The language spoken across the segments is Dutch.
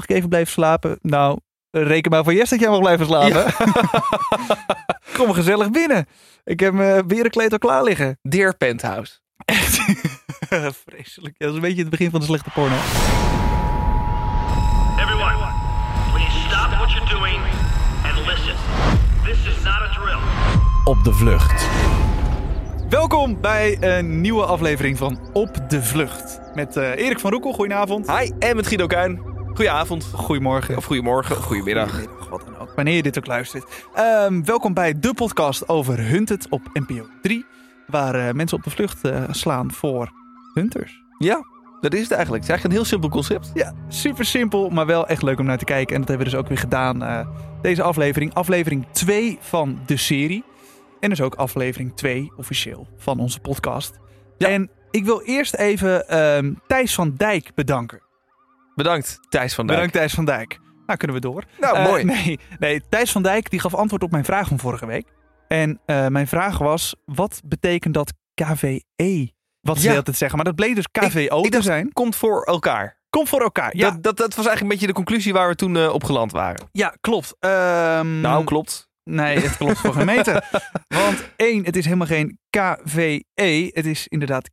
mag ik even blijven slapen? Nou, reken maar van Jess dat jij mag blijven slapen. Ja. Kom gezellig binnen. Ik heb mijn berenkleed al klaar liggen. Dear Penthouse. Vreselijk. Dat is een beetje het begin van de slechte porno. Everyone, please stop what you're doing and listen. This is not a drill. Op de vlucht. Welkom bij een nieuwe aflevering van Op de Vlucht. Met Erik van Roekel, goedenavond. Hi, en met Guido Kuin. Goedenavond. Goedemorgen. Of goedemorgen, of goedemiddag. Wat dan ook, wanneer je dit ook luistert. Welkom bij de podcast over Hunted op NPO 3. Waar mensen op de vlucht slaan voor hunters. Ja, dat is het eigenlijk. Het is eigenlijk een heel simpel concept. Ja, super simpel, maar wel echt leuk om naar te kijken. En dat hebben we dus ook weer gedaan. Deze aflevering. Aflevering 2 van de serie. En dus ook aflevering 2 officieel van onze podcast. Ja. En ik wil eerst even Thijs van Dijk bedanken. Bedankt, Thijs van Dijk. Bedankt, Thijs van Dijk. Nou, kunnen we door. Nou, mooi. Nee, Thijs van Dijk die gaf antwoord op mijn vraag van vorige week. En mijn vraag was, wat betekent dat KVE? Wat ze altijd zeggen. Maar dat bleek dus KVO te zijn. Komt voor elkaar. Komt voor elkaar, ja. Dat was eigenlijk een beetje de conclusie waar we toen op geland waren. Ja, klopt. Nou, klopt. Nee, het klopt voor geen meter. Want 1, het is helemaal geen KVE. Het is inderdaad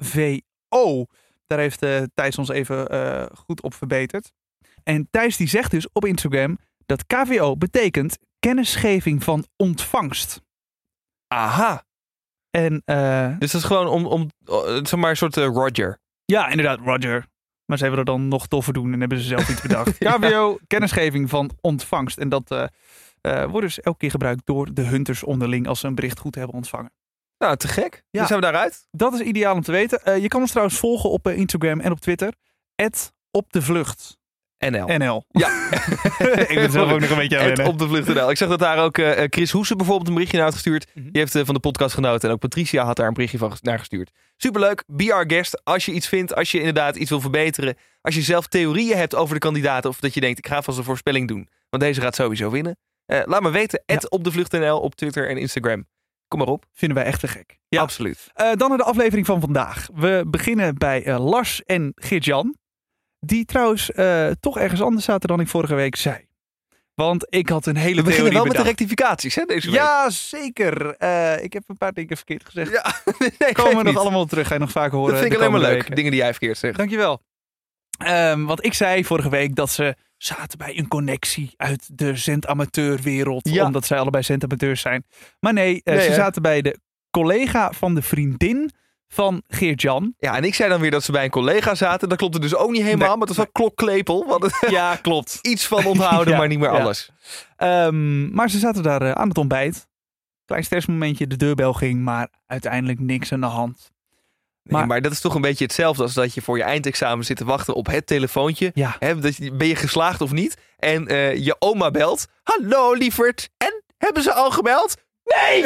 KVO. Daar heeft Thijs ons even goed op verbeterd. En Thijs die zegt dus op Instagram dat KVO betekent kennisgeving van ontvangst. Aha. En, dus dat is gewoon om zeg maar een soort Roger. Ja, inderdaad, Roger. Maar ze hebben er dan nog toffer doen en hebben ze zelf iets bedacht. KVO, kennisgeving van ontvangst. En dat wordt dus elke keer gebruikt door de hunters onderling als ze een bericht goed hebben ontvangen. Nou, te gek. Ja. Dan zijn we daaruit. Dat is ideaal om te weten. Je kan ons trouwens volgen op Instagram en op Twitter. @opdevlucht. NL. Ja. Ik ben zelf ook nog een beetje aan wennen. Op de vlucht NL. Ik zag dat daar ook Chris Hoesen bijvoorbeeld een berichtje naar had gestuurd. Die heeft van de podcast genoten. En ook Patricia had daar een berichtje naar gestuurd. Superleuk. Be our guest. Als je iets vindt. Als je inderdaad iets wil verbeteren. Als je zelf theorieën hebt over de kandidaten. Of dat je denkt, ik ga vast een voorspelling doen. Want deze gaat sowieso winnen. Laat me weten. Op de vlucht NL op Twitter en Instagram. Kom maar op. Vinden wij echt te gek. Ja, absoluut. Dan naar de aflevering van vandaag. We beginnen bij Lars en Geert-Jan. Die trouwens toch ergens anders zaten dan ik vorige week zei. Want ik had een hele theorie bedacht. We beginnen wel met de rectificaties, hè, deze week. Ja, zeker. Ik heb een paar dingen verkeerd gezegd. Ja, komen we nog allemaal terug. Ga je nog vaker horen. Dat vind ik alleen maar leuk. Weken. Dingen die jij verkeerd zegt. Dankjewel. Want ik zei vorige week dat ze zaten bij een connectie uit de zendamateurwereld. Ja. Omdat zij allebei zendamateurs zijn. Maar nee, ze zaten bij de collega van de vriendin van Geert-Jan. Ja, en ik zei dan weer dat ze bij een collega zaten. Dat klopte dus ook niet helemaal, maar het was wel klokklepel. Ja, klopt. Iets van onthouden, maar niet meer alles. Maar ze zaten daar aan het ontbijt. Klein stressmomentje, de deurbel ging, maar uiteindelijk niks aan de hand. Nee, maar dat is toch een beetje hetzelfde als dat je voor je eindexamen zit te wachten op het telefoontje. Ja. Ben je geslaagd of niet? En je oma belt. Hallo lieverd. En, hebben ze al gebeld? Nee!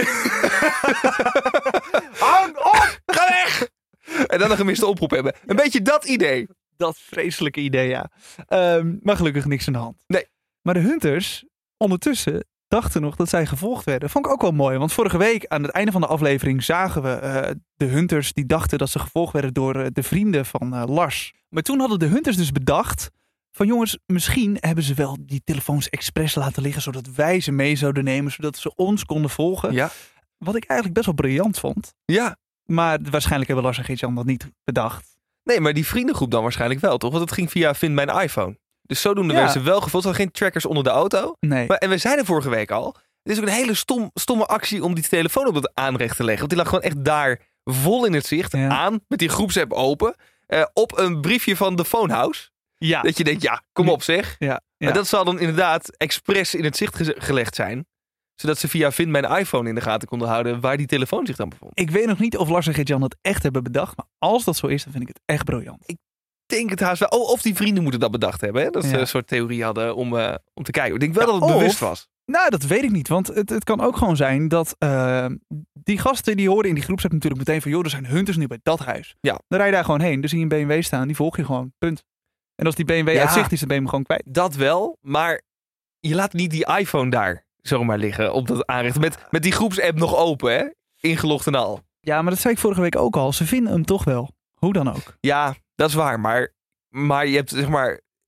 Hang op! Ga weg! En dan een gemiste oproep hebben. Een beetje dat idee. Dat vreselijke idee, ja. Maar gelukkig niks aan de hand. Nee. Maar de hunters ondertussen dachten nog dat zij gevolgd werden. Vond ik ook wel mooi. Want vorige week aan het einde van de aflevering zagen we de hunters die dachten dat ze gevolgd werden door de vrienden van Lars. Maar toen hadden de hunters dus bedacht van jongens, misschien hebben ze wel die telefoons expres laten liggen zodat wij ze mee zouden nemen, zodat ze ons konden volgen. Ja. Wat ik eigenlijk best wel briljant vond. Ja. Maar waarschijnlijk hebben Lars en Geert-Jan dat niet bedacht. Nee, maar die vriendengroep dan waarschijnlijk wel, toch? Want het ging via Vind Mijn iPhone. Dus zodoende werden ze wel gevolgd. Er hadden geen trackers onder de auto. Nee. En we zeiden vorige week al, het is ook een hele stomme actie om die telefoon op het aanrecht te leggen. Want die lag gewoon echt daar vol in het zicht aan, met die groepsapp open, op een briefje van de Phonehouse. Ja. Dat je denkt, ja, kom op zeg. Ja. Maar dat zal dan inderdaad expres in het zicht gelegd zijn. Zodat ze via Vind Mijn iPhone in de gaten konden houden waar die telefoon zich dan bevond. Ik weet nog niet of Lars en Geert-Jan dat echt hebben bedacht. Maar als dat zo is, dan vind ik het echt briljant. Ik denk het haast wel. Of die vrienden moeten dat bedacht hebben. Hè? Dat ze een soort theorie hadden om te kijken. Ik denk wel dat het bewust was. Nou, dat weet ik niet. Want het kan ook gewoon zijn dat die gasten die horen in die groepsapp natuurlijk meteen van joh, er zijn hunters nu bij dat huis. Ja. Dan rij je daar gewoon heen. Dus zie je een BMW staan, die volg je gewoon. Punt. En als die BMW uit zicht is, dan ben je hem gewoon kwijt. Dat wel, maar je laat niet die iPhone daar zomaar liggen op dat aanrecht. Met die groepsapp nog open, hè? Ingelogd en al. Ja, maar dat zei ik vorige week ook al. Ze vinden hem toch wel. Hoe dan ook. Ja, dat is waar. Maar je hebt zeg maar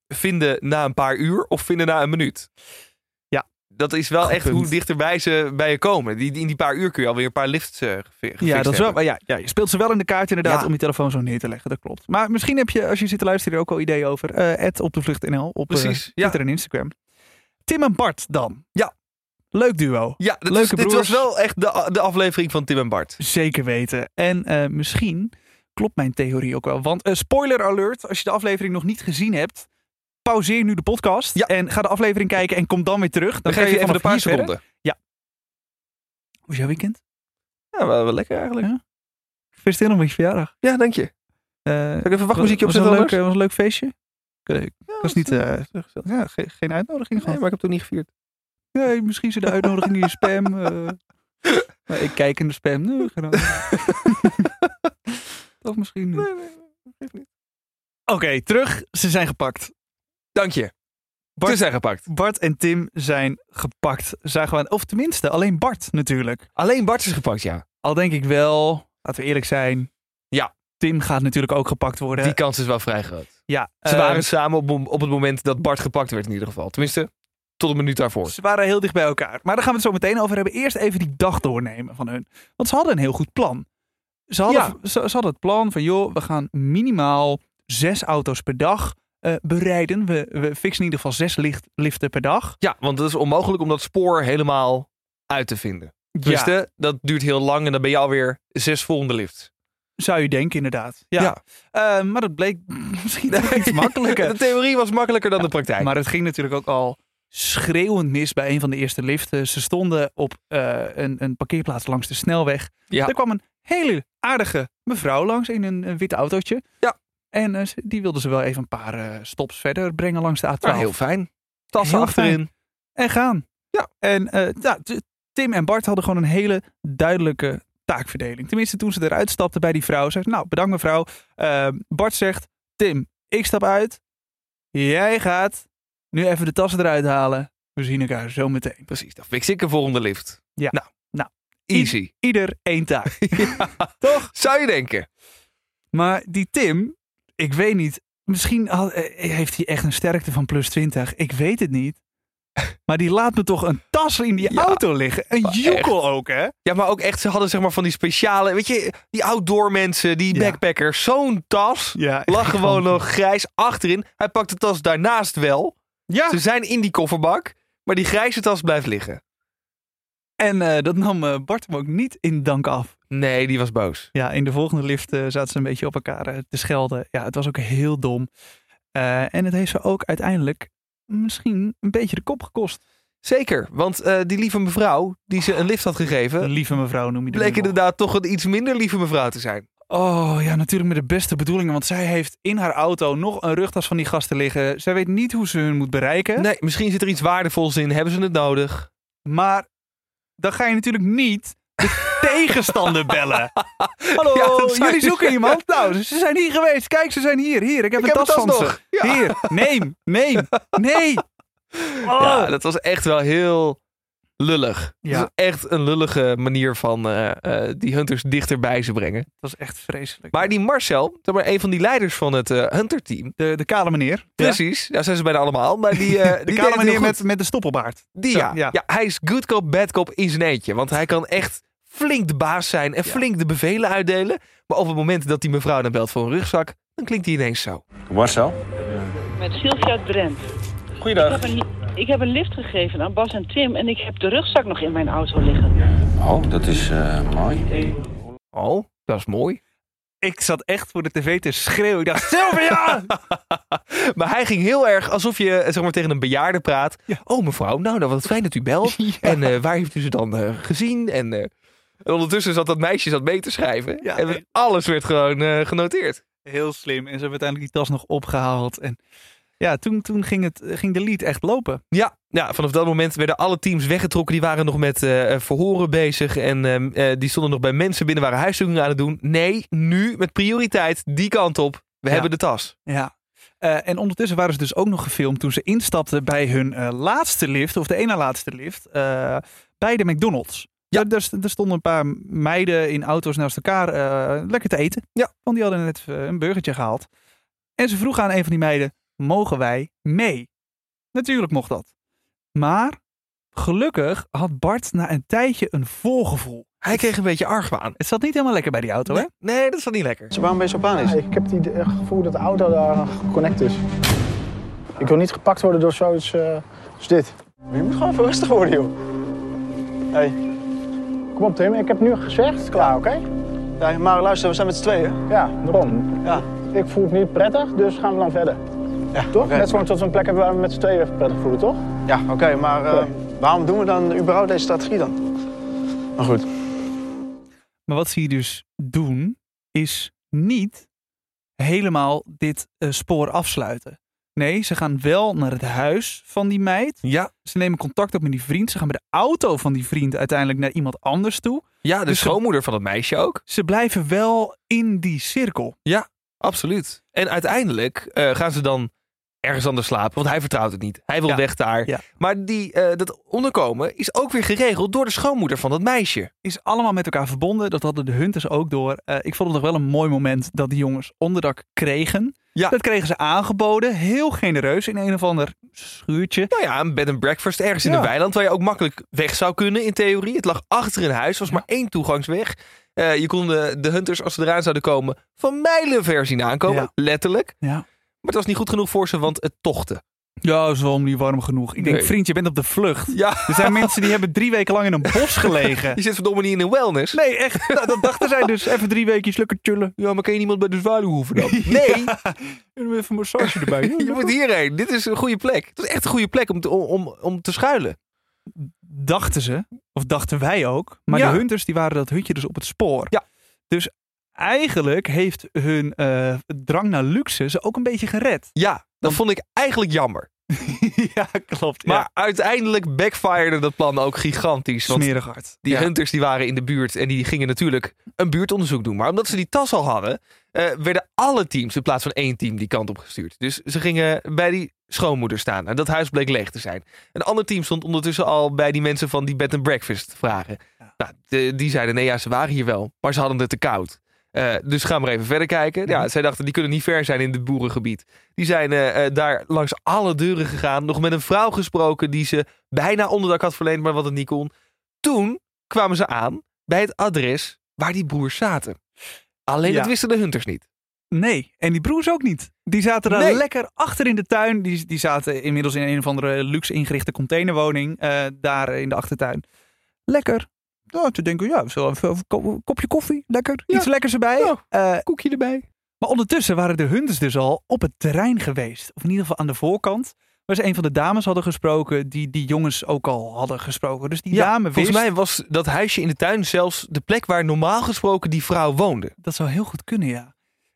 vinden na een paar uur of vinden na een minuut. Ja. Dat is wel Goed echt punt. hoe dichterbij ze bij je komen. In die paar uur kun je alweer een paar lifts gefixt Ja, dat is wel, hebben. maar ja, je speelt ze wel in de kaart inderdaad Ja. om je telefoon zo neer te leggen. Dat klopt. Maar misschien heb je, als je zit te luisteren, er ook al ideeën over. @opdevlucht.nl op Precies, Twitter en Instagram. Tim en Bart dan. Ja. Leuk duo. Ja, Leuke dit was broers. wel echt de aflevering van Tim en Bart. Zeker weten. En misschien klopt mijn theorie ook wel. Want spoiler alert, als je de aflevering nog niet gezien hebt, pauzeer nu de podcast Ja. en ga de aflevering kijken en kom dan weer terug. Dan Dan geef je even vanaf een paar hier verder. seconden. Hoe is jouw weekend? Ja, wel lekker eigenlijk. Ja. Gefeliciteerd nog met je verjaardag. Ja, dank je. Zal ik even wachtmuziekje was een opzetten? leuk, was een leuk feestje? Ik was niet, gezellig. geen uitnodiging Nee, gehad. maar ik heb toen niet gevierd. Nee, misschien zit de uitnodiging in je spam. Maar ik kijk in de spam. Nee, geen Of misschien niet. Geeft niet. Oké, terug. Ze zijn gepakt. Dank je. Ze zijn gepakt. Bart en Tim zijn gepakt. Zagen we, of tenminste, alleen Bart natuurlijk. Alleen Bart is gepakt, ja. Al denk ik wel, laten we eerlijk zijn. Ja. Tim gaat natuurlijk ook gepakt worden. Die kans is wel vrij groot. Ja, Ze waren samen op het moment dat Bart gepakt werd in ieder geval. Tenminste, tot een minuut daarvoor. Ze waren heel dicht bij elkaar. Maar daar gaan we het zo meteen over hebben. Eerst even die dag doornemen van hun. Want ze hadden een heel goed plan. Ze hadden het plan van, joh, we gaan minimaal 6 auto's per dag bereiden. We fixen in ieder geval 6 liften per dag. Ja, want het is onmogelijk om dat spoor helemaal uit te vinden. Tenminste, dat duurt heel lang en dan ben je alweer 6 volgende lifts. Zou je denken, inderdaad. Ja. Maar dat bleek misschien toch iets makkelijker. De theorie was makkelijker dan de praktijk. Maar het ging natuurlijk ook al schreeuwend mis bij een van de eerste liften. Ze stonden op een parkeerplaats langs de snelweg. Ja. Er kwam een hele aardige mevrouw langs in een wit autootje. Ja. En die wilden ze wel even een paar stops verder brengen langs de A12. Maar heel fijn. Tassen Heel achterin. fijn. En gaan. Ja. En Tim en Bart hadden gewoon een hele duidelijke taakverdeling. Tenminste, toen ze eruit stapten bij die vrouw. Zei ze, nou, bedankt mevrouw. Bart zegt, Tim, ik stap uit. Jij gaat nu even de tassen eruit halen. We zien elkaar zo meteen. Precies, dan fix ik een volgende lift. Ja. Nou. Easy. Ieder één taak. Ja, Toch? zou je denken. Maar die Tim, ik weet niet. Misschien heeft hij echt een sterkte van +20. Ik weet het niet. Maar die laat me toch een tas in die auto liggen. Een joekel ook, hè? Ja, maar ook echt, ze hadden zeg maar van die speciale, weet je, die outdoor mensen, die backpackers. Zo'n tas lag gewoon nog grijs achterin. Hij pakt de tas daarnaast wel. Ja. Ze zijn in die kofferbak, maar die grijze tas blijft liggen. En dat nam Bart hem ook niet in dank af. Nee, die was boos. Ja, in de volgende lift zaten ze een beetje op elkaar te schelden. Ja, het was ook heel dom. En het heeft ze ook uiteindelijk misschien een beetje de kop gekost. Zeker, want die lieve mevrouw die ze een lift had gegeven, Een lieve mevrouw noem je die. bleek inderdaad toch een iets minder lieve mevrouw te zijn. Oh ja, natuurlijk met de beste bedoelingen. Want zij heeft in haar auto nog een rugtas van die gasten liggen. Zij weet niet hoe ze hun moet bereiken. Nee, misschien zit er iets waardevols in. Hebben ze het nodig? Maar dan ga je natuurlijk niet de tegenstander bellen. Hallo, Ja, dat zou jullie je zoeken zeggen. iemand? Nou, ze zijn hier geweest. Kijk, ze zijn hier. Hier, ik heb een tas van nog. ze. Ja. Hier, neem. Nee. Oh. Ja, dat was echt wel heel lullig. Ja. Dat is echt een lullige manier van die hunters dichter bij ze brengen. Dat was echt vreselijk. Maar die Marcel, zeg maar, een van die leiders van het hunterteam. De kale meneer. Precies, ja, zijn ze bijna allemaal. Maar die, De die kale deed het meneer heel goed. met de stoppelbaard. Die Zo, ja. ja. Ja, hij is good cop, bad cop in zijn eentje. Want hij kan echt flink de baas zijn en flink de bevelen uitdelen. Maar op het moment dat die mevrouw dan belt voor een rugzak, dan klinkt hij ineens zo. Marcel? Met Sylvia Drent. Goeiedag. Ik heb een lift gegeven aan Bas en Tim en ik heb de rugzak nog in mijn auto liggen. Oh, dat is mooi. Oh, dat is mooi. Ik zat echt voor de tv te schreeuwen. Ik dacht, Sylvia! Maar hij ging heel erg alsof je zeg maar, tegen een bejaarde praat. Ja. Oh mevrouw, nou wat fijn dat u belt. Ja. En waar heeft u ze dan gezien? En ondertussen zat dat meisje mee te schrijven. Ja. En alles werd gewoon genoteerd. Heel slim. En ze hebben uiteindelijk die tas nog opgehaald. En ja, toen ging de lead echt lopen. Ja, vanaf dat moment werden alle teams weggetrokken. Die waren nog met verhoren bezig. En die stonden nog bij mensen binnen, waren huiszoekingen aan het doen. Nee, nu met prioriteit die kant op. We hebben de tas. Ja. En ondertussen waren ze dus ook nog gefilmd toen ze instapten bij hun laatste lift, of de ene laatste lift, bij de McDonald's. Ja. Er stonden een paar meiden in auto's naast elkaar lekker te eten. Ja. Want die hadden net een burgertje gehaald. En ze vroegen aan een van die meiden, mogen wij mee? Natuurlijk mocht dat. Maar gelukkig had Bart na een tijdje een voorgevoel. Hij kreeg een beetje argwaan. Het zat niet helemaal lekker bij die auto, hè? Nee, dat is wel niet lekker. Waarom ben je zo panisch? Ik heb het gevoel dat de auto daar geconnect is. Ik wil niet gepakt worden door zoiets als dit. Je moet gewoon even rustig worden, joh. Hey. Kom op Tim, ik heb nu gezegd, klaar, oké? Ja, maar luister, we zijn met z'n tweeën. Ja, daarom. Ja. Ik voel het niet prettig, dus gaan we dan verder. Ja, Toch? oké. Net zolang tot we een plek hebben waar we met z'n tweeën even prettig voelen, toch? Ja, oké, maar waarom doen we dan überhaupt deze strategie dan? Maar goed. Maar wat ze hier dus doen, is niet helemaal dit spoor afsluiten. Nee, ze gaan wel naar het huis van die meid. Ja, Ze nemen contact op met die vriend. Ze gaan bij de auto van die vriend uiteindelijk naar iemand anders toe. ja, de Dus schoonmoeder van het meisje ook. Ze blijven wel in die cirkel. Ja, absoluut. En uiteindelijk gaan ze dan ergens anders slapen, want hij vertrouwt het niet. Hij wil Ja. weg daar. Ja. Maar dat onderkomen is ook weer geregeld door de schoonmoeder van dat meisje. Is allemaal met elkaar verbonden. Dat hadden de Hunters ook door. Ik vond het nog wel een mooi moment dat die jongens onderdak kregen. Ja. Dat kregen ze aangeboden. Heel genereus in een of ander schuurtje. Nou ja, een bed and breakfast ergens in Ja. een weiland waar je ook makkelijk weg zou kunnen in theorie. Het lag achter een huis, was maar 1 toegangsweg. Je kon de Hunters, als ze eraan zouden komen, van mijlenver zien aankomen. Ja. Letterlijk. Ja. Maar het was niet goed genoeg voor ze, want het tochtte. Ja, zo om niet warm genoeg. Ik denk, Nee. vriend, je bent op de vlucht. Ja, Er zijn mensen die hebben 3 weken lang in een bos gelegen. je zit verdomme niet in een wellness. Nee, echt. Nou, dat dachten zij dus. Even 3 weekjes lekker chillen. Ja, maar kan je niemand bij de zwaluwhoeven dan? Nee, Even een massage erbij. je moet hierheen. Dit is een goede plek. Het is echt een goede plek om te schuilen. Dachten ze. Of dachten wij ook. Maar Ja. de Hunters die waren dat hutje dus op het spoor. Ja. Dus eigenlijk heeft hun drang naar luxe ze ook een beetje gered. Ja, dat vond ik eigenlijk jammer. Ja, klopt. Maar uiteindelijk backfired dat plan ook gigantisch. Want smerig hard. die Ja. Hunters die waren in de buurt en die gingen natuurlijk een buurtonderzoek doen. Maar omdat ze die tas al hadden, werden alle teams in plaats van 1 team die kant op gestuurd. Dus ze gingen bij die schoonmoeder staan. En dat huis bleek leeg te zijn. Een ander team stond ondertussen al bij die mensen van die bed and breakfast te vragen. Ja. Nou, die zeiden nee, ja, ze waren hier wel. Maar ze hadden het te koud. Dus gaan we even verder kijken. Ja, zij dachten, die kunnen niet ver zijn in het boerengebied. Die zijn daar langs alle deuren gegaan. Nog met een vrouw gesproken die ze bijna onderdak had verleend, maar wat het niet kon. Toen kwamen ze aan bij het adres waar die broers zaten. Alleen Ja. dat wisten de Hunters niet. Nee, en die broers ook niet. Die zaten daar Nee. lekker achter in de tuin. Die zaten inmiddels in een of andere luxe ingerichte containerwoning. Daar in de achtertuin. Lekker. Ja, te denken, ja, zo even een kopje koffie. Lekker. Ja. Iets lekkers erbij. Koekje erbij. Maar ondertussen waren de Hunters dus al op het terrein geweest. Of in ieder geval aan de voorkant. Waar ze een van de dames hadden gesproken. Die jongens ook al hadden gesproken. Dus die dame wist. Volgens mij was dat huisje in de tuin zelfs de plek waar normaal gesproken die vrouw woonde. Dat zou heel goed kunnen, ja.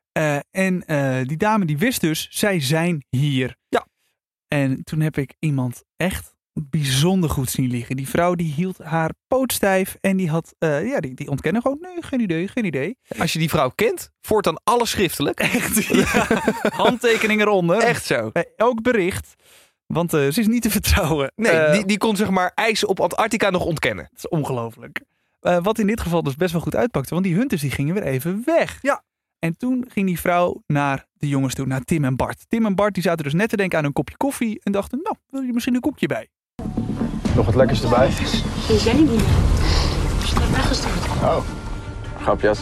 En die dame die wist dus, zij zijn hier. Ja. En toen heb ik iemand echt bijzonder goed zien liggen. Die vrouw die hield haar poot stijf en die had, die ontkende gewoon, nee, geen idee. Als je die vrouw kent, voortaan alles schriftelijk. Echt, ja. Handtekening eronder. Echt zo. Ook bericht, want ze is niet te vertrouwen. Nee, die kon zeg maar ijs op Antarctica nog ontkennen. Dat is ongelooflijk. Wat in dit geval dus best wel goed uitpakte, want die Hunters die gingen weer even weg. Ja. En toen ging die vrouw naar de jongens toe, naar Tim en Bart. Tim en Bart die zaten dus net te denken aan een kopje koffie en dachten, nou, wil je misschien een koekje bij? Nog wat lekkers erbij. Die zijn niet meer. Ze zijn weggestuurd. Oh, grapjas.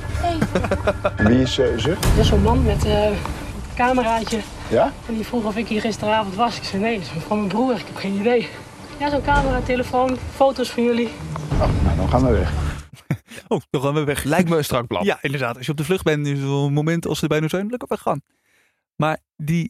Wie is ze? Er is zo'n man met een cameraatje. Ja? En die vroeg of ik hier gisteravond was. Ik zei nee, dat is van mijn broer. Ik heb geen idee. Ja, zo'n camera, telefoon, foto's van jullie. Oh, nou dan gaan we weg. Oh, dan gaan we weg. Lijkt me een strak plan. Ja, inderdaad. Als je op de vlucht bent, is wel een moment als ze er bijna zijn, lekker weggaan. Maar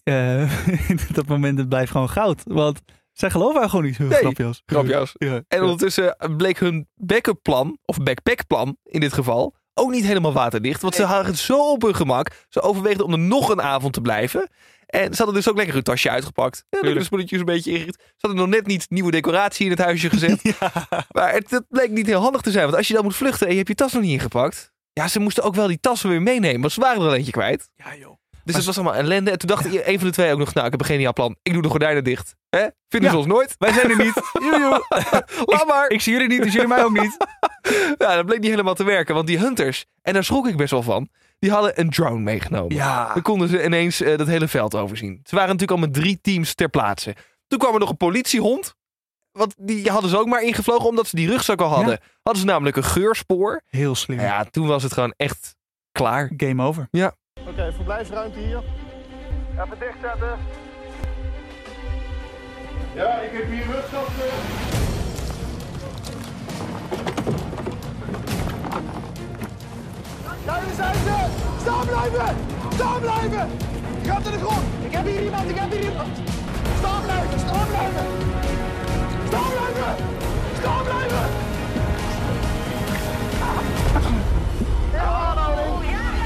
dat moment het blijft gewoon goud. Want zij geloven haar gewoon niet. Nee, Grapjas. grapjas. Ja. En ondertussen bleek hun backup plan, of backpackplan in dit geval, ook niet helemaal waterdicht. Want ze hadden het zo op hun gemak. Ze overweegden om er nog een avond te blijven. En ze hadden dus ook lekker hun tasje uitgepakt. Ja, de spulletjes een beetje ingericht. Ze hadden nog net niet nieuwe decoratie in het huisje gezet. Maar het bleek niet heel handig te zijn. Want als je dan moet vluchten en je hebt je tas nog niet ingepakt. Ja, ze moesten ook wel die tassen weer meenemen. Want ze waren er al eentje kwijt. Ja, joh. Dus het was allemaal ellende. En toen dacht een van de twee ook nog, nou, ik heb een geniaal plan. Ik doe de gordijnen dicht. Vinden ze ons nooit? Wij zijn er niet. Joejoe. Laat maar. Ik zie jullie niet, dus jullie mij ook niet. Ja, dat bleek niet helemaal te werken. Want die Hunters, en daar schrok ik best wel van, Die hadden een drone meegenomen. Ja. Dan konden ze ineens dat hele veld overzien. Ze waren natuurlijk al met 3 teams ter plaatse. Toen kwam er nog een politiehond. Want die hadden ze ook maar ingevlogen omdat ze die rugzak al hadden. Ja. Hadden ze namelijk een geurspoor. Heel slim. Ja, toen was het gewoon echt klaar. Game over. Oké, verblijfsruimte hier. Even dichtzetten. Ja, ik heb hier rugzak. Daar zijn ze! Staan blijven! Staan blijven! Je gaat naar de grond! Ik heb hier iemand! Staan blijven! Staan blijven! Staan blijven! Staan blijven! Ja, nou in!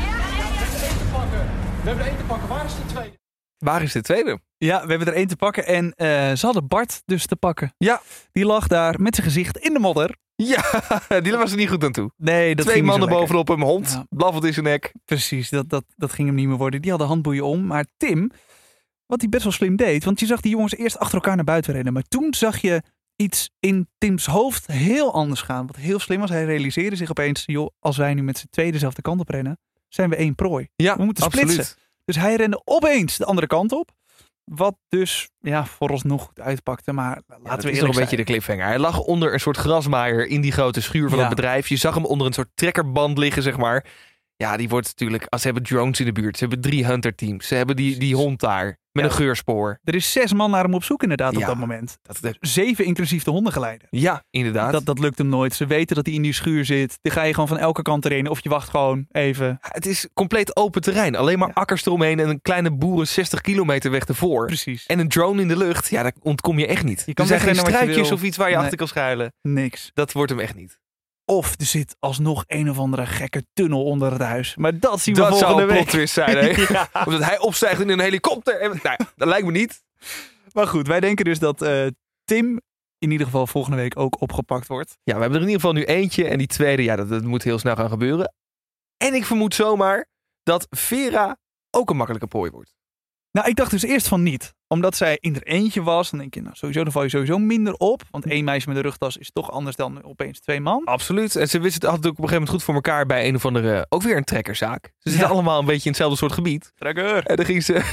We hebben er één te pakken. Waar is de tweede? Waar is de tweede? Ja, we hebben er 1 te pakken. En ze hadden Bart dus te pakken. Ja. Die lag daar met zijn gezicht in de modder. Ja, die was er niet goed aan toe. Nee, dat 2 ging niet mannen zo lekker. bovenop hem, hond. Ja. Blaffend in zijn nek. Precies, dat ging hem niet meer worden. Die hadden handboeien om. Maar Tim, wat hij best wel slim deed. Want je zag die jongens eerst achter elkaar naar buiten rennen. Maar toen zag je iets in Tims hoofd heel anders gaan. Wat heel slim was. Hij realiseerde zich opeens. Joh, als wij nu met z'n tweeën dezelfde kant op rennen. Zijn we 1 prooi. Ja, We moeten absoluut. splitsen. Dus hij rende opeens de andere kant op. Wat dus vooralsnog goed uitpakte. Maar laten we Dat is nog eerlijk een beetje de cliffhanger. Hij lag onder een soort grasmaaier in die grote schuur van Ja. het bedrijf. Je zag hem onder een soort trekkerband liggen, zeg maar. Ja, die wordt natuurlijk... Ze hebben drones in de buurt. Ze hebben 3 hunterteams. Ze hebben die hond daar. Met Ja. een geurspoor. Er is 6 man naar hem op zoek inderdaad op Ja. dat moment. Dat, 7 inclusief de hondengeleider. ja, inderdaad. Dat lukt hem nooit. Ze weten dat hij in die schuur zit. Dan ga je gewoon van elke kant erin. Of je wacht gewoon even. Het is compleet open terrein. Alleen maar Ja. akkers eromheen en een kleine boeren 60 kilometer weg ervoor. Precies. En een drone in de lucht. Ja, daar ontkom je echt niet. Je kan er zijn geen wegrennen wat je struikjes wil. of iets waar je Nee. achter kan schuilen. Niks. Dat wordt hem echt niet. Of er zit alsnog een of andere gekke tunnel onder het huis. Maar dat zien we Dat zou volgende een week. plot twist zijn, hè? Ja. Of dat hij opstijgt in een helikopter. En, nou, dat lijkt me niet. Maar goed, wij denken dus dat Tim in ieder geval volgende week ook opgepakt wordt. Ja, we hebben er in ieder geval nu eentje. En die tweede, ja, dat moet heel snel gaan gebeuren. En ik vermoed zomaar dat Vera ook een makkelijke prooi wordt. Nou, ik dacht dus eerst van niet. Omdat zij in er eentje was. Dan denk je, nou sowieso, dan val je sowieso minder op. Want 1 meisje met een rugtas is toch anders dan opeens 2 man. Absoluut. En ze wisten het altijd ook op een gegeven moment goed voor elkaar bij een of andere, ook weer een trekkerzaak. Ze zitten Ja. allemaal een beetje in hetzelfde soort gebied. Trekker. En dan ging ze,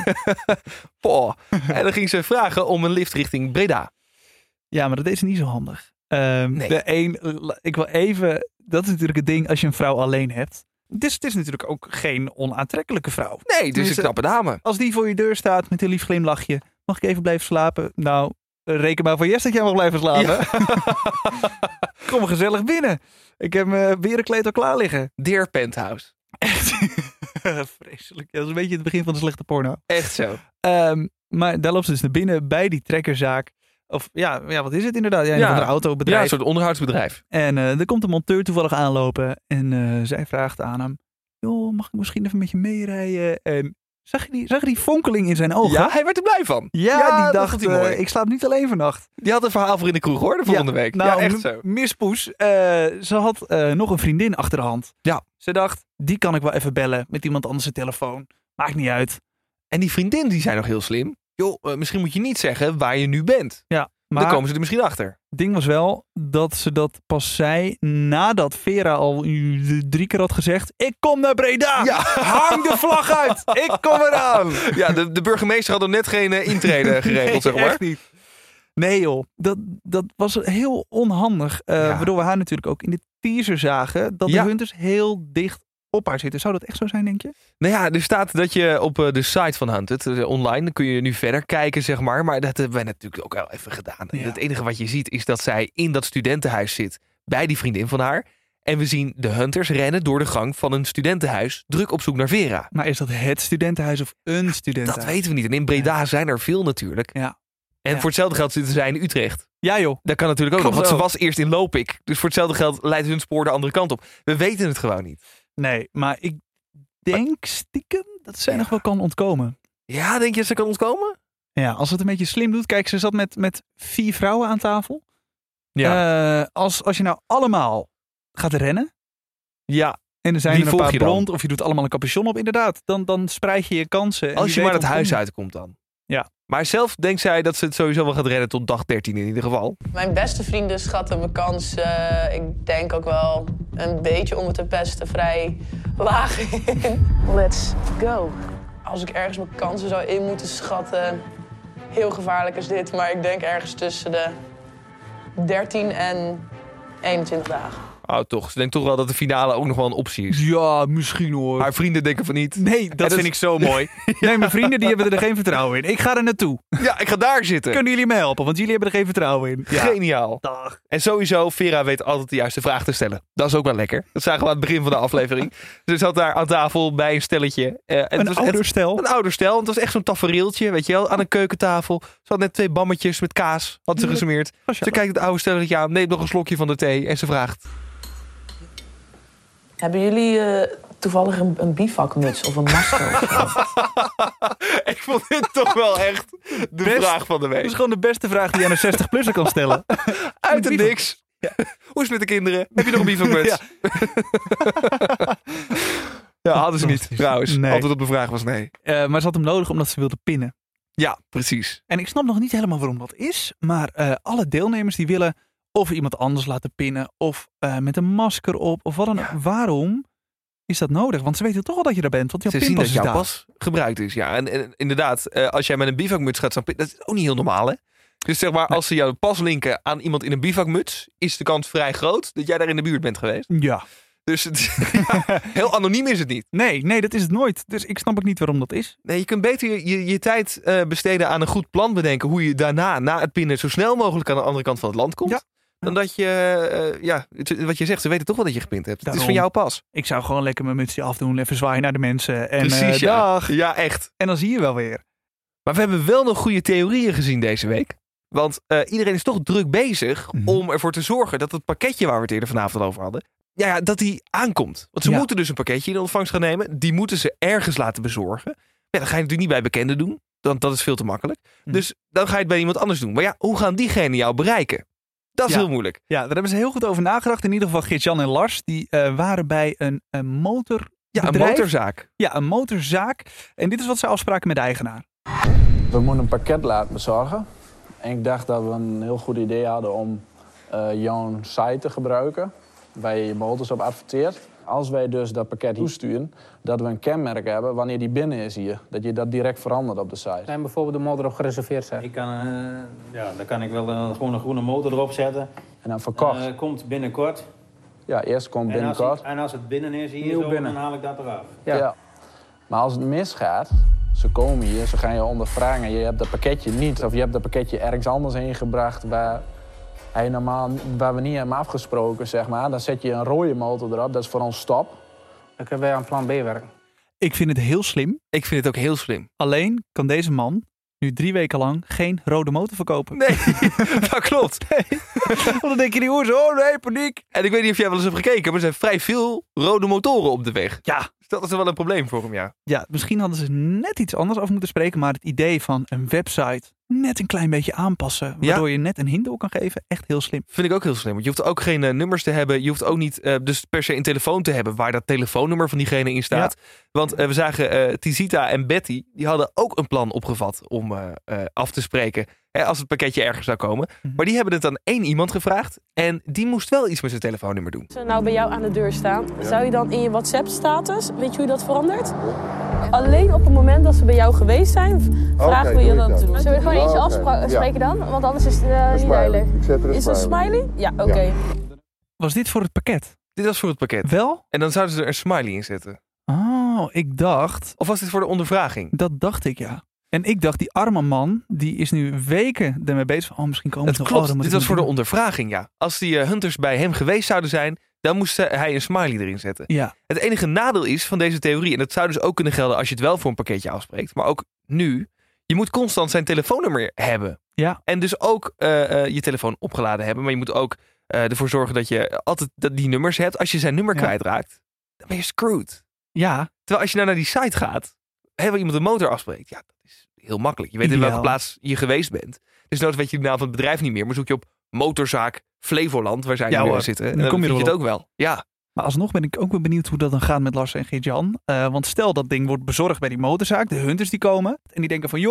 en dan ging ze vragen om een lift richting Breda. Ja, maar dat is niet zo handig. Nee. Ik wil even, dat is natuurlijk het ding als je een vrouw alleen hebt. Het is natuurlijk ook geen onaantrekkelijke vrouw. Nee, het is een Tenminste, knappe dame. Als die voor je deur staat met een lief glimlachje. Mag ik even blijven slapen? Nou, reken maar van Jess dat jij mag blijven slapen. Kom gezellig binnen. Ik heb mijn berenkleed al klaar liggen. Dear Penthouse. Echt vreselijk. Ja, dat is een beetje het begin van de slechte porno. Echt zo. Maar daar loopt ze dus naar binnen bij die trekkerzaak. Of ja, wat is het inderdaad? Ja, een autobedrijf. Ja, een soort onderhoudsbedrijf. En er komt een monteur toevallig aanlopen. En zij vraagt aan hem. Joh, mag ik misschien even met je meerijden? En zag je die fonkeling in zijn ogen? Ja, hij werd er blij van. Ja, die dat dacht, vond hij mooi. ik slaap niet alleen vannacht. Die had een verhaal voor in de kroeg hoor, de volgende week. Nou, ja, echt zo. Miss Poes, ze had nog een vriendin achter de hand. Ja. Ze dacht, die kan ik wel even bellen met iemand anders zijn telefoon. Maakt niet uit. En die vriendin, die zei nog heel slim. Joh, misschien moet je niet zeggen waar je nu bent. Ja, maar Dan komen ze er misschien achter. het ding was wel dat ze dat pas zei nadat Vera al 3 keer had gezegd. Ik kom naar Breda. Ja. Hang de vlag uit. Ik kom eraan. Ja, de burgemeester had nog net geen intrede geregeld, zeg maar. Echt niet. Nee joh, dat was heel onhandig. Waardoor we haar natuurlijk ook in de teaser zagen dat de hunters heel dicht op haar zitten. Zou dat echt zo zijn, denk je? Nou ja, er staat dat je op de site van Hunted, online, dan kun je nu verder kijken, zeg maar. Maar dat hebben wij natuurlijk ook al even gedaan. Ja. Het enige wat je ziet is dat zij in dat studentenhuis zit bij die vriendin van haar. En we zien de hunters rennen door de gang van een studentenhuis, druk op zoek naar Vera. Maar is dat het studentenhuis of een studentenhuis? Dat weten we niet. En in Breda zijn er veel natuurlijk. Ja. En voor hetzelfde geld zitten zij in Utrecht. Ja joh. Dat kan natuurlijk ook Klopt nog, want ze ook. was eerst in Lopik. Dus voor hetzelfde geld leidt hun spoor de andere kant op. We weten het gewoon niet. Nee, maar ik denk stiekem dat zij nog wel kan ontkomen. Ja, denk je dat ze kan ontkomen? Ja, als het een beetje slim doet. Kijk, ze zat met 4 vrouwen aan tafel. Ja. Als je nou allemaal gaat rennen. Ja. En er zijn Wie er een volg paar je dan? blond. Of je doet allemaal een capuchon op. Inderdaad, dan spreid je je kansen. En Als wie je maar weet dat huis ontkom uitkomt dan. Ja. Maar zelf denkt zij dat ze het sowieso wel gaat redden tot dag 13 in ieder geval. Mijn beste vrienden schatten mijn kans, ik denk ook wel een beetje om het te pesten, vrij laag in. Let's go. Als ik ergens mijn kansen zou in moeten schatten, heel gevaarlijk is dit, maar ik denk ergens tussen de 13 en 21 dagen. Oh, toch. Ze denkt toch wel dat de finale ook nog wel een optie is. Ja, misschien hoor. Haar vrienden denken van niet. Nee, dat vind ik zo mooi. Nee, mijn vrienden die hebben er geen vertrouwen in. Ik ga er naartoe. Ja, ik ga daar zitten. Kunnen jullie me helpen? Want jullie hebben er geen vertrouwen in. Ja. Geniaal. Dag. En sowieso, Vera weet altijd de juiste vraag te stellen. Dat is ook wel lekker. Dat zagen we aan het begin van de aflevering. Ze zat daar aan tafel bij een stelletje. Een ouderstel. Een ouderstel. Want het was echt zo'n tafereeltje, weet je wel. Aan een keukentafel. Ze had net 2 bammetjes met kaas. Had ze gesmeerd. Ze kijkt het oude stelletje aan. Neemt nog een slokje van de thee. En ze vraagt... Hebben jullie toevallig een bivakmuts of een masker? Ik vond dit toch wel echt de vraag van de week. Dat is gewoon de beste vraag die je aan een 60-plusser kan stellen. Uit het niks. Ja. Hoe is het met de kinderen? Heb je nog een bivakmuts? Ja, hadden ze niet trouwens. Nee. Antwoord op de vraag was nee. Maar ze had hem nodig omdat ze wilde pinnen. Ja, precies. En ik snap nog niet helemaal waarom dat is. Maar alle deelnemers die willen of iemand anders laten pinnen. Of met een masker op. Of wat dan ook. Waarom is dat nodig? Want ze weten toch al dat je daar bent. Want jouw ze zien pinpas dat is jouw daar. pas gebruikt is. Ja. En inderdaad, als jij met een bivakmuts gaat staan pinnen. Dat is ook niet heel normaal, hè? Dus zeg maar, als ze jouw pas linken aan iemand in een bivakmuts. Is de kans vrij groot dat jij daar in de buurt bent geweest. Ja. Dus het, heel anoniem is het niet. Nee, dat is het nooit. Dus ik snap ook niet waarom dat is. Nee, je kunt beter je tijd besteden aan een goed plan bedenken. Hoe je daarna, na het pinnen, zo snel mogelijk aan de andere kant van het land komt. Ja. Dan dat je, wat je zegt, ze weten toch wel dat je gepind hebt. Daarom. Het is van jouw pas. Ik zou gewoon lekker mijn mutsje afdoen. Even zwaaien naar de mensen. En precies, dag. Ja, echt. En dan zie je wel weer. Maar we hebben wel nog goede theorieën gezien deze week. Want iedereen is toch druk bezig om ervoor te zorgen dat het pakketje waar we het eerder vanavond over hadden. Ja, dat die aankomt. Want ze moeten dus een pakketje in ontvangst gaan nemen. Die moeten ze ergens laten bezorgen. Ja, dan ga je natuurlijk niet bij bekenden doen. Want dat is veel te makkelijk. Dus dan ga je het bij iemand anders doen. Maar ja, hoe gaan diegenen jou bereiken? Dat is heel moeilijk. Ja, daar hebben ze heel goed over nagedacht. In ieder geval Geert-Jan en Lars. Die waren bij een motorbedrijf. Ja, een motorzaak. Ja, een motorzaak. En dit is wat ze afspraken met de eigenaar. We moeten een pakket laten bezorgen. En ik dacht dat we een heel goed idee hadden om jouw site te gebruiken. Waar je je motors op adverteert. Als wij dus dat pakket toesturen, dat we een kenmerk hebben wanneer die binnen is hier. Dat je dat direct verandert op de site. En bijvoorbeeld de motor op gereserveerd zijn. Dan kan ik wel gewoon een groene motor erop zetten. En dan verkocht. Komt binnenkort. Ja, eerst komt binnenkort. En als het binnen is hier zo, dan haal ik dat eraf. Ja. Maar als het misgaat, ze komen hier, ze gaan je ondervragen. Je hebt dat pakketje niet, of je hebt dat pakketje ergens anders heen gebracht waar we niet hebben afgesproken, zeg maar. Dan zet je een rode motor erop, dat is voor ons stop. Dan kunnen wij aan plan B werken. Ik vind het heel slim. Ik vind het ook heel slim. Alleen kan deze man nu 3 weken lang geen rode motor verkopen. Nee, dat klopt. Nee. Want dan denken die hoors, oh nee, paniek. En ik weet niet of jij wel eens hebt gekeken, maar er zijn vrij veel rode motoren op de weg. Ja. Dus dat is wel een probleem voor hem, ja. Ja, misschien hadden ze net iets anders over moeten spreken, maar het idee van een website net een klein beetje aanpassen, waardoor je net een hint door kan geven, echt heel slim. Vind ik ook heel slim, want je hoeft ook geen nummers te hebben. Je hoeft ook niet dus per se een telefoon te hebben waar dat telefoonnummer van diegene in staat. Ja. Want we zagen Tizita en Betty, die hadden ook een plan opgevat om af te spreken als het pakketje ergens zou komen. Maar die hebben het aan 1 iemand gevraagd en die moest wel iets met zijn telefoonnummer doen. Als ze nou bij jou aan de deur staan, zou je dan in je WhatsApp-status, weet je hoe je dat verandert? Alleen op het moment dat ze bij jou geweest zijn, vragen we je dat te doen. Zullen we gewoon eentje afspreken dan? Want anders is het niet duidelijk. Is het een smiley? Ja, oké. Ja. Was dit voor het pakket? Dit was voor het pakket. Wel? En dan zouden ze er een smiley in zetten. Oh, ik dacht... Of was dit voor de ondervraging? Dat dacht ik, ja. En ik dacht, die arme man, die is nu weken ermee bezig. Oh, misschien komen ze nog... Klopt, dit was voor de ondervraging, ja. Als die hunters bij hem geweest zouden zijn, dan moest hij een smiley erin zetten. Ja. Het enige nadeel is van deze theorie, en dat zou dus ook kunnen gelden als je het wel voor een pakketje afspreekt, maar ook nu, je moet constant zijn telefoonnummer hebben. Ja. En dus ook je telefoon opgeladen hebben, maar je moet ook ervoor zorgen dat je altijd die nummers hebt. Als je zijn nummer kwijtraakt, dan ben je screwed. Ja. Terwijl als je nou naar die site gaat, waar iemand een motor afspreekt, ja, dat is heel makkelijk. Je weet in welke plaats je geweest bent. Dus nooit weet je de naam van het bedrijf niet meer, maar zoek je op motorzaak Flevoland, waar zij nu zitten. En dan kom je het ook wel. Ja. Maar alsnog ben ik ook wel benieuwd hoe dat dan gaat met Lars en Geert-Jan. Want stel dat ding wordt bezorgd bij die motorzaak. De hunters die komen en die denken van joh,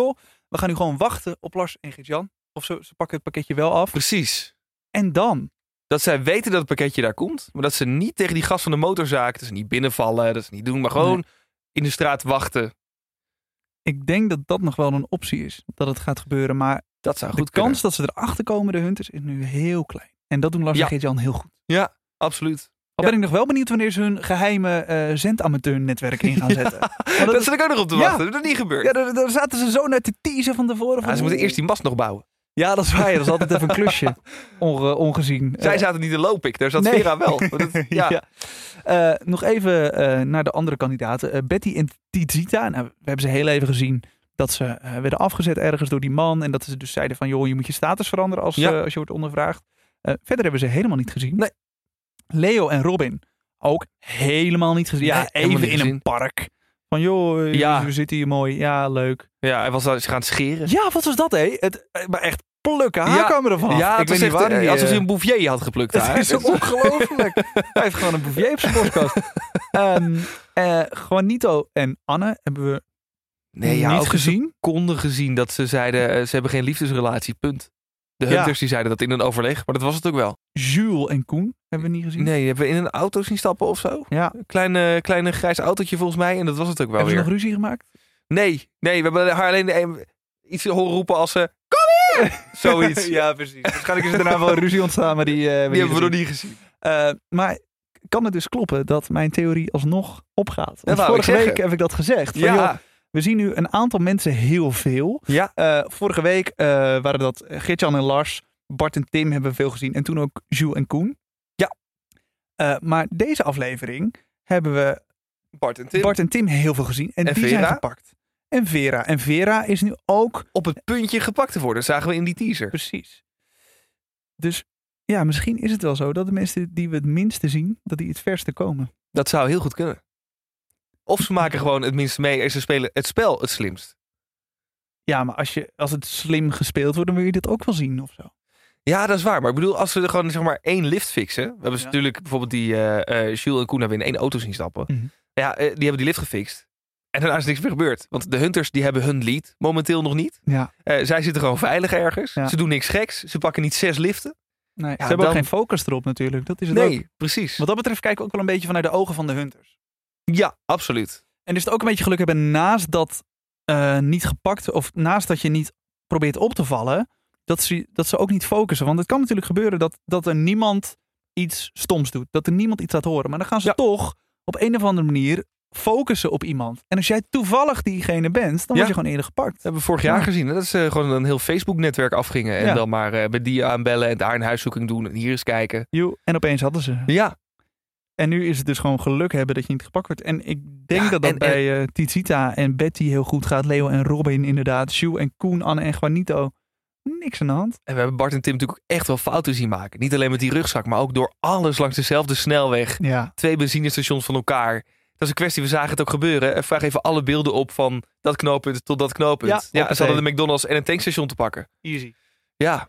we gaan nu gewoon wachten op Lars en Geert-Jan. Of ze pakken het pakketje wel af. Precies. En dan? Dat zij weten dat het pakketje daar komt. Maar dat ze niet tegen die gast van de motorzaak, dat ze niet binnenvallen, dat ze niet doen. Maar gewoon in de straat wachten. Ik denk dat dat nog wel een optie is. Dat het gaat gebeuren. Maar dat zou goed de kans dat ze erachter komen, de Hunters, is nu heel klein. En dat doen Lars en Geert-Jan heel goed. Ja, absoluut. Al ben ik nog wel benieuwd wanneer ze hun geheime zendamateur-netwerk in gaan zetten. Dat zit ik ook nog op te wachten. Dat is niet gebeurd. Ja, daar zaten ze zo naar te teasen van tevoren. Ze moeten eerst die mast nog bouwen. Ja, dat is waar. Dat is altijd even een klusje. Ongezien. Zij zaten niet in loopik. Daar zat Vera wel. Nog even naar de andere kandidaten. Betty en Tizita. Nou, we hebben ze heel even gezien dat ze werden afgezet ergens door die man. En dat ze dus zeiden van, joh, je moet je status veranderen als je wordt ondervraagd. Verder hebben ze helemaal niet gezien. Nee. Leo en Robin ook helemaal niet gezien. Ja, even in een park. Van joh, we zitten hier mooi. Ja, leuk. Ja, hij was gaan scheren. Ja, wat was dat, hé? Maar echt plukken. Haar kwam ervan. Ja, ik weet niet waar hij... Alsof hij een Bouvier had geplukt. Dat is ongelooflijk. Hij heeft gewoon een Bouvier op zijn borstkast. Juanito en Anne hebben we niet gezien. Konden gezien dat ze zeiden, ze hebben geen liefdesrelatie, punt. De Hunters die zeiden dat in een overleg, maar dat was het ook wel. Jules en Koen hebben we niet gezien. Nee, hebben we in een auto zien stappen of zo. Ja. Kleine grijs autootje volgens mij en dat was het ook wel hebben weer. Hebben ze nog ruzie gemaakt? Nee, we hebben haar alleen iets horen roepen als ze kom hier! Zoiets. Ja, precies. Waarschijnlijk is er daarna wel een ruzie ontstaan, maar die hebben we nog niet gezien. Maar kan het dus kloppen dat mijn theorie alsnog opgaat? Want Ja, vorige week heb ik dat gezegd. Van, joh, we zien nu een aantal mensen heel veel. Ja. Vorige week waren dat Geert-Jan en Lars, Bart en Tim hebben we veel gezien. En toen ook Jules en Koen. Ja. Maar deze aflevering hebben we Bart en Tim heel veel gezien. En die zijn gepakt. En Vera. En Vera is nu ook op het puntje gepakt te worden. Zagen we in die teaser. Precies. Dus ja, misschien is het wel zo dat de mensen die we het minste zien, dat die het verste komen. Dat zou heel goed kunnen. Of ze maken gewoon het minste mee en ze spelen het spel het slimst. Ja, maar als het slim gespeeld wordt, dan wil je dit ook wel zien of zo. Ja, dat is waar. Maar ik bedoel, als we er gewoon zeg maar 1 lift fixen. We hebben natuurlijk bijvoorbeeld die Jules en Koen hebben we in 1 auto zien stappen. Mm-hmm. Ja, die hebben die lift gefixt. En daarna is niks meer gebeurd. Want de Hunters die hebben hun lead momenteel nog niet. Ja. Zij zitten gewoon veilig ergens. Ja. Ze doen niks geks. Ze pakken niet 6 liften. Nee, ze hebben ook geen focus erop natuurlijk. Dat is het ook. Precies. Wat dat betreft kijken we ook wel een beetje vanuit de ogen van de Hunters. Ja, absoluut. En dus het ook een beetje geluk hebben naast dat niet gepakt of naast dat je niet probeert op te vallen, dat ze ook niet focussen. Want het kan natuurlijk gebeuren dat er niemand iets stoms doet. Dat er niemand iets laat horen. Maar dan gaan ze toch op een of andere manier focussen op iemand. En als jij toevallig diegene bent, dan word je gewoon eerder gepakt. Dat hebben we vorig jaar gezien. Hè? Dat ze gewoon een heel Facebook-netwerk afgingen. En dan maar bij die aanbellen en daar een huiszoeking doen. En hier eens kijken. En opeens hadden ze. Ja. En nu is het dus gewoon geluk hebben dat je niet gepakt wordt. En ik denk dat bij Tizita en Betty heel goed gaat. Leo en Robin inderdaad. Jules en Koen, Anne en Juanito. Niks aan de hand. En we hebben Bart en Tim natuurlijk ook echt wel fouten zien maken. Niet alleen met die rugzak, maar ook door alles langs dezelfde snelweg. Ja. 2 benzinestations van elkaar. Dat is een kwestie, we zagen het ook gebeuren. Vraag even alle beelden op van dat knooppunt tot dat knooppunt. Ja, ze hadden de McDonald's en een tankstation te pakken. Easy. Ja.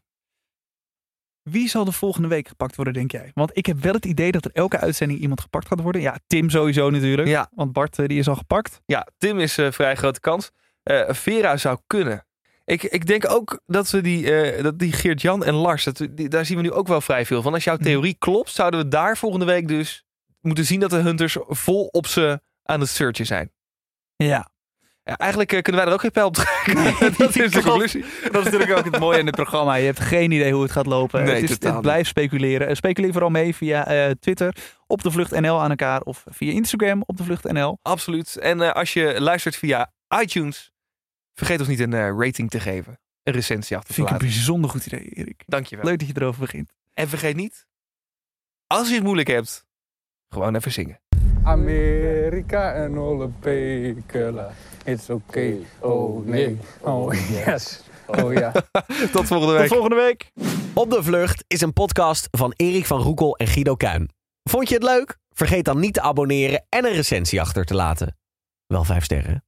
Wie zal de volgende week gepakt worden, denk jij? Want ik heb wel het idee dat er elke uitzending iemand gepakt gaat worden. Ja, Tim sowieso natuurlijk. Ja. Want Bart die is al gepakt. Ja, Tim is vrij grote kans. Vera zou kunnen. Ik denk ook dat we die Geert-Jan en Lars, daar zien we nu ook wel vrij veel van. Als jouw theorie klopt, zouden we daar volgende week dus moeten zien dat de Hunters vol op ze aan het searchen zijn. Ja. Eigenlijk kunnen wij er ook geen pijl op trekken. Dat is de conclusie. Dat is natuurlijk ook het mooie in het programma. Je hebt geen idee hoe het gaat lopen. Nee, het blijft speculeren. Speculeer vooral mee via Twitter op de Vlucht NL aan elkaar. Of via Instagram op de Vlucht NL. Absoluut. En als je luistert via iTunes, vergeet ons niet een rating te geven. Een recensie achter te laten. Vind ik een bijzonder goed idee, Erik. Dankjewel. Leuk dat je erover begint. En vergeet niet, als je het moeilijk hebt, gewoon even zingen. Amerika en alle pekela. It's okay. Oh nee. Oh yes. Oh ja. Tot volgende week. Tot volgende week. Op de Vlucht is een podcast van Erik van Roekel en Guido Kuin. Vond je het leuk? Vergeet dan niet te abonneren en een recensie achter te laten. Wel 5 sterren.